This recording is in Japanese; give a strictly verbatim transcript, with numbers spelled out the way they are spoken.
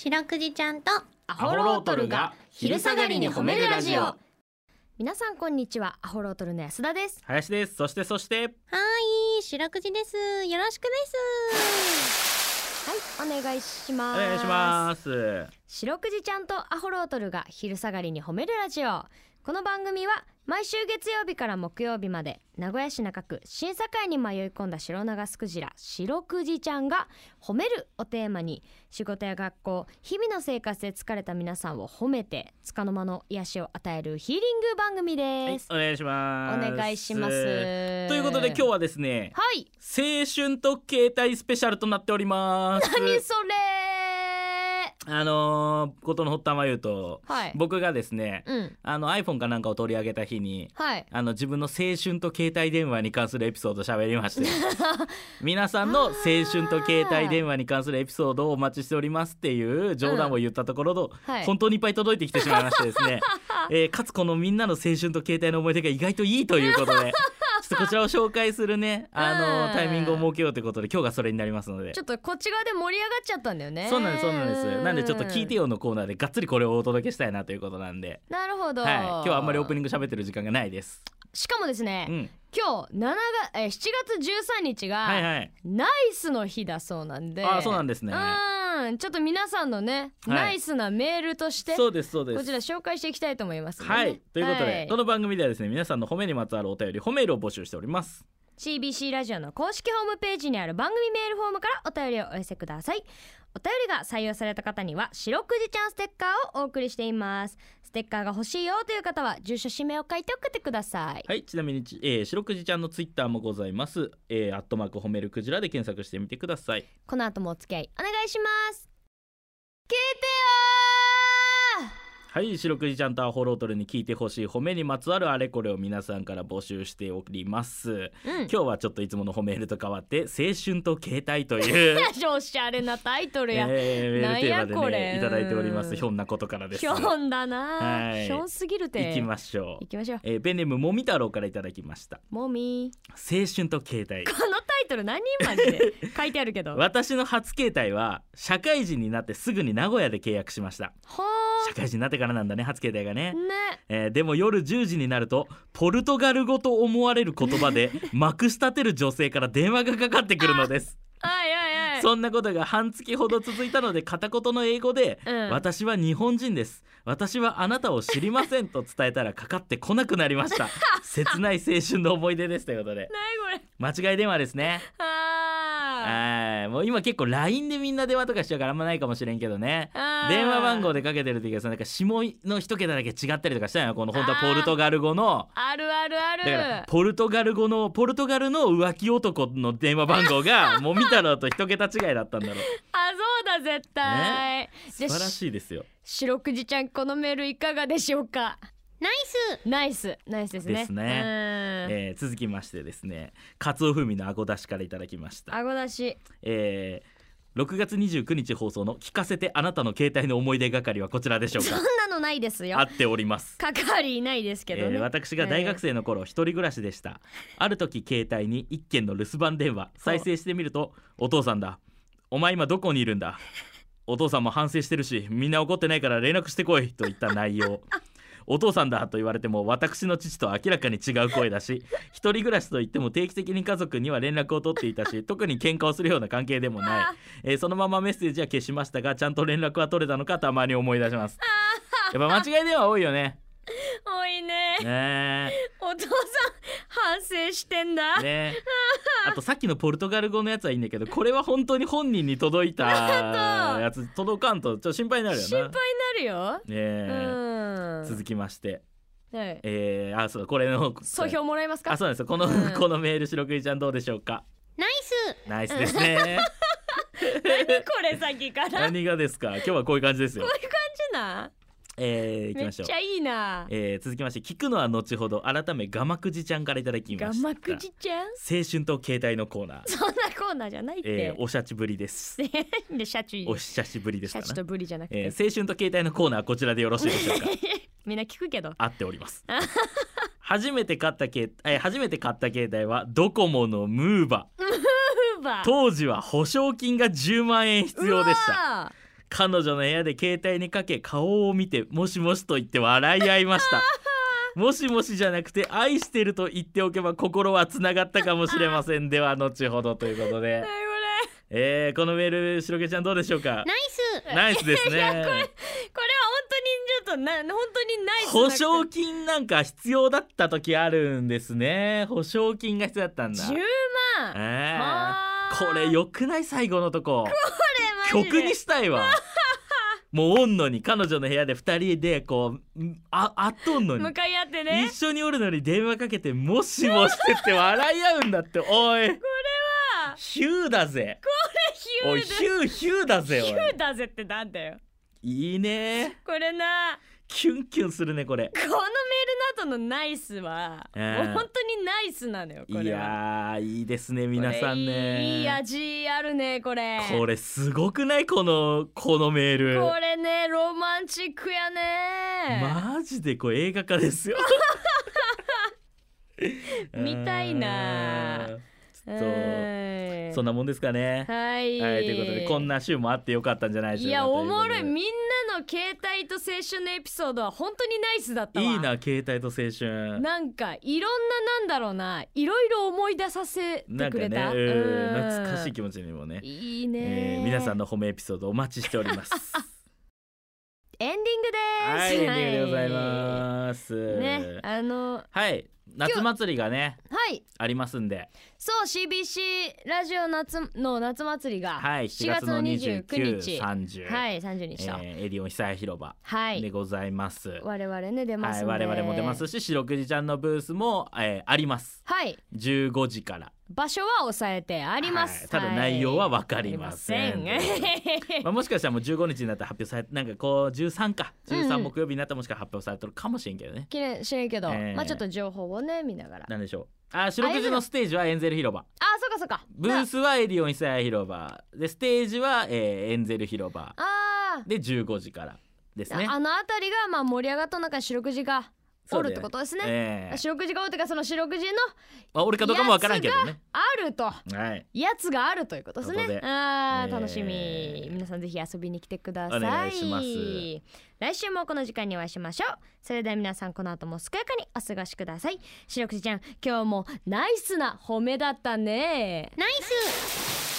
白くじちゃんとアホロートルが昼下がりに褒めるラジオ。 皆さんこんにちは、アホロートルの安田です。 林です。そしてそしてはーい、白くじです。よろしくです。 はい、お願いします。 お願いします。 白くじちゃんとアホロートルが昼下がりに褒めるラジオ。この番組は毎週月曜日から木曜日まで名古屋市中区審査会に迷い込んだ白長スクジラ白くじちゃんが褒めるをテーマに、仕事や学校日々の生活で疲れた皆さんを褒めて束の間の癒しを与えるヒーリング番組です。 はい、お願いします。 お願いします。 ということで今日はですね、 はい、 青春と携帯スペシャルとなっております。 何それ。 あのー、ことの発端は言うと、 はい、 僕がですね、 うん、 あの iPhone かなんかを取り上げた日に、 はい、 あの自分の青春と携帯電話に関するエピソードを喋りまして皆さんの青春と携帯電話に関するエピソードをお待ちしておりますっていう冗談を言ったところ、うんはい、本当にいっぱい届いてきてしまいましてですね、えー、かつこのみんなの青春と携帯の思い出が意外といいということでちょっとこちらを紹介するね、あのタイミングを設けようということで今日がそれになりますので、 ちょっとこっち側で盛り上がっちゃったんだよね。 そうなんですそうなんです。なんでちょっと聞いてよのコーナーでがっつりこれをお届けしたいなということなんで。 なるほど、 はい、今日はあんまりオープニング喋ってる時間がないです。 しかもですね、うん、今日しちがつ、えー、しちがつじゅうさんにちが、はいはい、ナイスの日だそうなんで。 あ、そうなんですね。 うん、ちょっと皆さんのね、はい、ナイスなメールとしてそうですそうです、 こちら紹介していきたいと思いますので、ね、 はい、ということで、 はい、 この番組ではですね、皆さんの褒めにまつわるお便り褒めるを募集しております。 シービーシー ラジオの公式ホームページにある番組メールフォームからお便りをお寄せください。お便りが採用された方には白くじちゃんステッカーをお送りしています。ステッカーが欲しいよという方は住所氏名を書いて送ってください。 はい、ちなみに、えー、白くじちゃんのツイッターもございます、えー、アットマーク褒めるクジラで検索してみてください。 この後もお付き合いお願いします。聞いてよー。 はい、白くじちゃんとアホロートルに聞いてほしい褒めにまつわるあれこれを皆さんから募集しております、うん、今日はちょっといつもの褒めると変わって青春と携帯というおしゃれなタイトルや、 えー、メールテーマでねいいただいております。ひょんなことからです。 ひょんだな、はい、ひょんすぎるて。 行きましょう行きましょう、 えー、ペンネームもみ太郎からいただきました。 もみ青春と携帯、 このタイトル何マジで書いてあるけど私の初携帯は社会人になってすぐに名古屋で契約しました。 は社会人になってからなんだね、初携帯がね。 ね、 えー、でも夜じゅうじになるとポルトガル語と思われる言葉でまくし立てる女性から電話がかかってくるのですはいはいはい、 そんなことが半月ほど続いたので片言の英語で、うん、私は日本人です、私はあなたを知りませんと伝えたらかかってこなくなりました切ない青春の思い出ですということで。 何これ、 間違い電話ですね。あ、もう今結構 ライン でみんな電話とかしちゃうからあんまないかもしれんけどね、電話番号でかけてる時はなんか下の一桁だけ違ったりとかしたのよ。この本当はポルトガル語のあるあるある、 だからポルトガル語のポルトガルの浮気男の電話番号がもう見たらと一桁違いだったんだろうあ、そうだ絶対、 ね、素晴らしいですよ。 白くじちゃん、このメールいかがでしょうか。 ナイスナイスナイスですね。 ですね、えー、続きましてですね、カツオ風味のあごだしからいただきました。 あごだし、 えー、ろくがつにじゅうくにち放送の聞かせてあなたの携帯の思い出係はこちらでしょうか。 そんなのないですよ。 合っております。 係いないですけどね、 えー、私が大学生の頃、えー、一人暮らしでした。ある時携帯に一件の留守番電話再生してみると、お父さんだ、お前今どこにいるんだ、お父さんも反省してるしみんな怒ってないから連絡してこいといった内容お父さんだと言われても私の父と明らかに違う声だし、一人暮らしといっても定期的に家族には連絡を取っていたし特に喧嘩をするような関係でもない、えー、そのままメッセージは消しましたがちゃんと連絡は取れたのかたまに思い出します。やっぱ間違い電話多いよね。 多いね。 ね、 お父さん反省してんだね。あとさっきのポルトガル語のやつはいいんだけど、これは本当に本人に届いたやつ届かんとちょっと心配になるよな。 心配になるよ、 ね、うん、続きまして、 はい、 えー、あ、そうこれの総評もらえますか。 あ、そうです。この、うん、このメール白くじちゃんどうでしょうか。 ナイスナイスですね何これさっきから何がですか。今日はこういう感じですよ。 こういう感じな、 えー、いきましょう。 めっちゃいいな、 えー、続きまして聞くのは後ほど改めガマクジちゃんからいただきました。 ガマクジちゃん、 青春と携帯のコーナー。 そんなコーナーじゃないって、 えー、おしゃちぶりですでシャチお久しぶりですかな。 シャチとブリじゃなくて、 えー、青春と携帯のコーナーこちらでよろしいでしょうかみんな聞くけど合っております初めて買った携、えー、初めて買った携帯はドコモのムーバ。当時は保証金がじゅうまんえん必要でした。 彼女の部屋で携帯にかけ顔を見てもしもしと言って笑い合いましたもしもしじゃなくて愛してると言っておけば心はつながったかもしれませんでは後ほどということで、えー、このメールしろけちゃんどうでしょうか。 ナイスナイスですねいやこれこれは本当にちょっとな本当にナイス保証金なんか必要だった時あるんですね。保証金が必要だったんだ。 じゅうまん、 えー、 はーこれよくない最後のとここれマジで曲にしたいわもうおんのに彼女の部屋でふたりでこうんああっとんのに向かい合ってね。 一緒におるのに電話かけてもしもしてって笑い合うんだっておいこれはヒューだぜヒューおいヒューヒューだぜおいヒューだぜってなんだよいいねこれな。 キュンキュンするねこれ。 このメールの後のナイスは、 えーもう本当にナイスなのよこれは。 いやーいいですね皆さんね。 これいい味あるねこれ。 これすごくないこのこのメール。 これねロマンチックやね。 マジでこれ映画化ですよ見たいな。 ちょっとそんなもんですかね。 はい、 はいということでこんな週もあってよかったんじゃないでしょか。 いうやおもろい。 とうみんなの携帯と青春のエピソードは本当にナイスだったわ。 ことでいいな携帯と青春。 なんかいろんななんだろうないろいろ思い出させてなんかねくれた、 うんうん懐かしい気持ちにもね、 いいね、 えー皆さんの褒めエピソードお待ちしておりますエンディングですはいエンディングでございますねあのはい夏祭りがねはいありますんで、 そう シービーシー ラジオ夏の夏祭りがはいしちがつのにじゅうくにちしちがつのにじゅうく、さんじゅう、 はいさんじゅうにちと、 えーエディオン久屋広場はいでございます、 我々ね出ますんで、 はい、我々も出ますし白くじちゃんのブースも、えーありますはいじゅうごじから場所は抑えてあります、 はいただ内容は分かりません、 ありませんまあ、もしかしたらもうじゅうごにちになったら発表されなんかこうじゅうさんかじゅうさんうんうん木曜日になったらもしかしたら発表されてるかもしれんけどね、 きれい知れんけど、 えーまあちょっと情報をね見ながら、 なんでしょう。あ白くじのステージはエンゼル広場、 あそうかそうかブースはエディオン久屋広場でステージは、えーエンゼル広場あでじゅうごじからですー、 ね。 あの辺りがまあ盛り上がった中白くじがおるってことですね。 えー白くじがおるっていうかその白くじのまあ、俺かどうかもわからんけどね。 あるとはい。 やつがあるということですね。 ということであー、 えー楽しみ。皆さんぜひ遊びに来てください。 お願いします来週もこの時間にお会いしましょう。それでは皆さんこの後も健やかにお過ごしください。白くじちゃん今日もナイスな褒めだったね。 ナイス